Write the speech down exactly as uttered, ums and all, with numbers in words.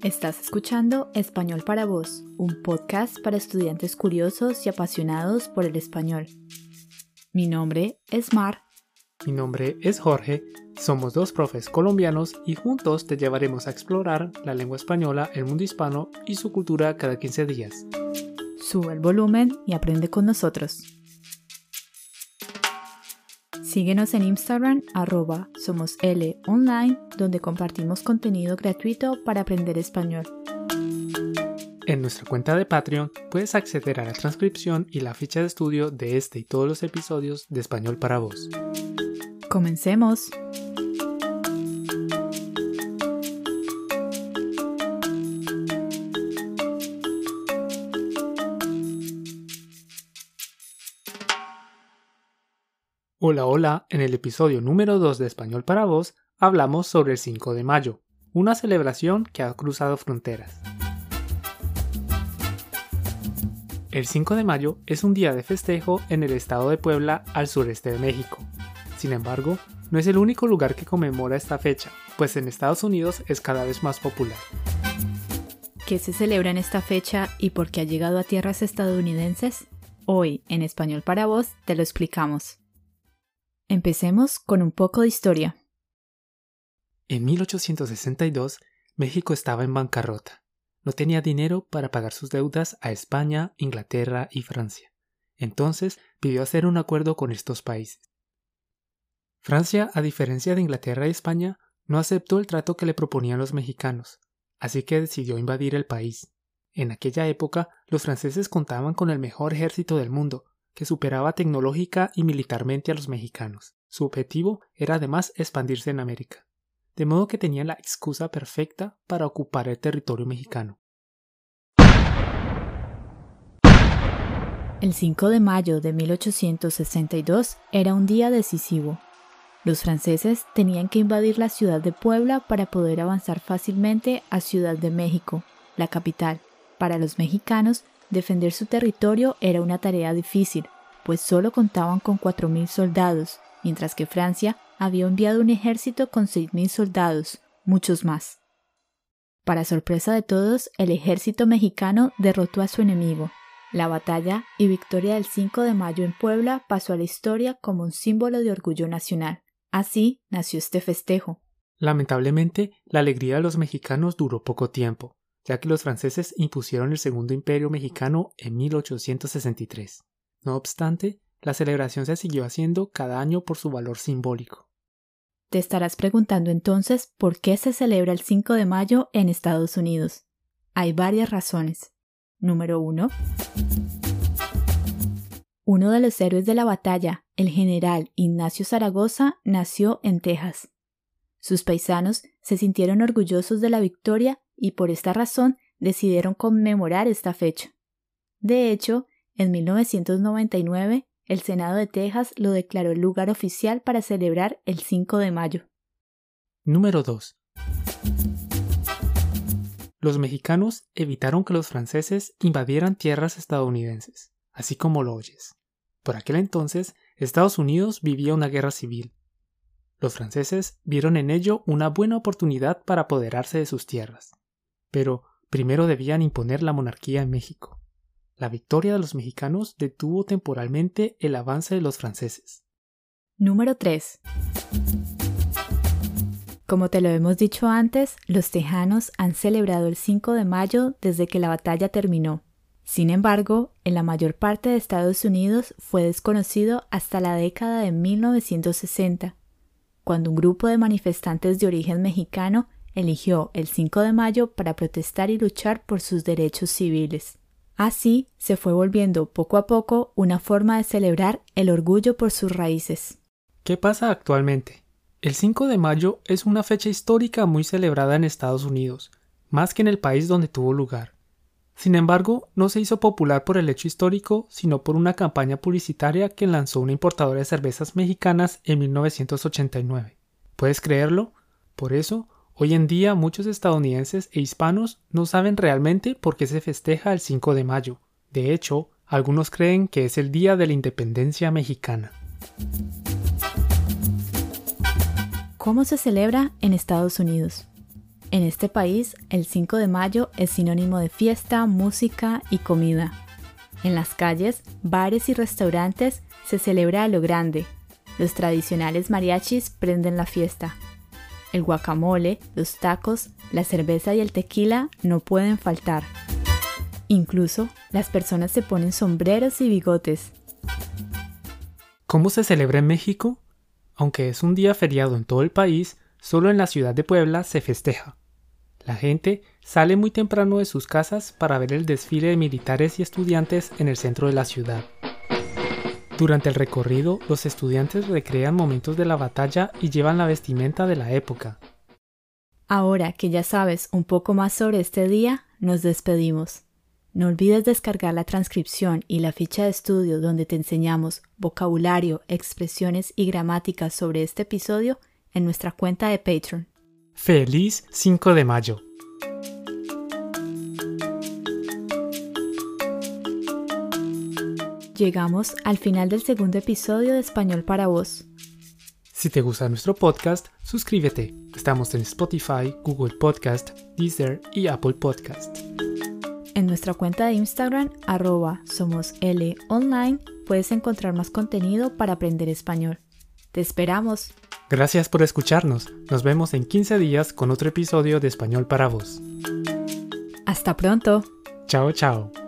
Estás escuchando Español para Vos, un podcast para estudiantes curiosos y apasionados por el español. Mi nombre es Mar. Mi nombre es Jorge, somos dos profes colombianos y juntos te llevaremos a explorar la lengua española, el mundo hispano y su cultura cada quince días. Sube el volumen y aprende con nosotros. Síguenos en Instagram, arroba somosLonline, donde compartimos contenido gratuito para aprender español. En nuestra cuenta de Patreon puedes acceder a la transcripción y la ficha de estudio de este y todos los episodios de Español para Vos. ¡Comencemos! Hola, hola, en el episodio número dos de Español para Vos hablamos sobre el cinco de mayo, una celebración que ha cruzado fronteras. El cinco de mayo es un día de festejo en el estado de Puebla, al sureste de México. Sin embargo, no es el único lugar que conmemora esta fecha, pues en Estados Unidos es cada vez más popular. ¿Qué se celebra en esta fecha y por qué ha llegado a tierras estadounidenses? Hoy, en Español para Vos, te lo explicamos. Empecemos con un poco de historia. En mil ochocientos sesenta y dos, México estaba en bancarrota. No tenía dinero para pagar sus deudas a España, Inglaterra y Francia. Entonces pidió hacer un acuerdo con estos países. Francia, a diferencia de Inglaterra y España, no aceptó el trato que le proponían los mexicanos, así que decidió invadir el país. En aquella época, los franceses contaban con el mejor ejército del mundo, que superaba tecnológica y militarmente a los mexicanos. Su objetivo era además expandirse en América, de modo que tenían la excusa perfecta para ocupar el territorio mexicano. El cinco de mayo de mil ochocientos sesenta y dos era un día decisivo. Los franceses tenían que invadir la ciudad de Puebla para poder avanzar fácilmente a Ciudad de México, la capital. Para los mexicanos, defender su territorio era una tarea difícil, pues solo contaban con cuatro mil soldados, mientras que Francia había enviado un ejército con seis mil soldados, muchos más. Para sorpresa de todos, el ejército mexicano derrotó a su enemigo. La batalla y victoria del cinco de mayo en Puebla pasó a la historia como un símbolo de orgullo nacional. Así nació este festejo. Lamentablemente, la alegría de los mexicanos duró poco tiempo, ya que los franceses impusieron el Segundo Imperio Mexicano en mil ochocientos sesenta y tres. No obstante, la celebración se siguió haciendo cada año por su valor simbólico. Te estarás preguntando entonces por qué se celebra el cinco de mayo en Estados Unidos. Hay varias razones. Número uno. Uno de los héroes de la batalla, el general Ignacio Zaragoza, nació en Texas. Sus paisanos se sintieron orgullosos de la victoria y por esta razón decidieron conmemorar esta fecha. De hecho, en mil novecientos noventa y nueve, el Senado de Texas lo declaró el lugar oficial para celebrar el cinco de mayo. Número dos. Los mexicanos evitaron que los franceses invadieran tierras estadounidenses, así como lo oyes. Por aquel entonces, Estados Unidos vivía una guerra civil. Los franceses vieron en ello una buena oportunidad para apoderarse de sus tierras. Pero primero debían imponer la monarquía en México. La victoria de los mexicanos detuvo temporalmente el avance de los franceses. Número tres. Como te lo hemos dicho antes, los tejanos han celebrado el cinco de mayo desde que la batalla terminó. Sin embargo, en la mayor parte de Estados Unidos fue desconocido hasta la década de mil novecientos sesenta, cuando un grupo de manifestantes de origen mexicano eligió el cinco de mayo para protestar y luchar por sus derechos civiles. Así se fue volviendo poco a poco una forma de celebrar el orgullo por sus raíces. ¿Qué pasa actualmente? El cinco de mayo es una fecha histórica muy celebrada en Estados Unidos, más que en el país donde tuvo lugar. Sin embargo, no se hizo popular por el hecho histórico, sino por una campaña publicitaria que lanzó una importadora de cervezas mexicanas en mil novecientos ochenta y nueve. ¿Puedes creerlo? Por eso, hoy en día muchos estadounidenses e hispanos no saben realmente por qué se festeja el cinco de mayo. De hecho, algunos creen que es el día de la independencia mexicana. ¿Cómo se celebra en Estados Unidos? En este país, el cinco de mayo es sinónimo de fiesta, música y comida. En las calles, bares y restaurantes se celebra a lo grande. Los tradicionales mariachis prenden la fiesta. El guacamole, los tacos, la cerveza y el tequila no pueden faltar. Incluso, las personas se ponen sombreros y bigotes. ¿Cómo se celebra en México? Aunque es un día feriado en todo el país, solo en la ciudad de Puebla se festeja. La gente sale muy temprano de sus casas para ver el desfile de militares y estudiantes en el centro de la ciudad. Durante el recorrido, los estudiantes recrean momentos de la batalla y llevan la vestimenta de la época. Ahora que ya sabes un poco más sobre este día, nos despedimos. No olvides descargar la transcripción y la ficha de estudio donde te enseñamos vocabulario, expresiones y gramática sobre este episodio en nuestra cuenta de Patreon. ¡Feliz cinco de mayo! Llegamos al final del segundo episodio de Español para Vos. Si te gusta nuestro podcast, suscríbete. Estamos en Spotify, Google Podcast, Deezer y Apple Podcast. En nuestra cuenta de Instagram, arroba somoslonline, puedes encontrar más contenido para aprender español. ¡Te esperamos! Gracias por escucharnos. Nos vemos en quince días con otro episodio de Español para Vos. ¡Hasta pronto! Chao, chao.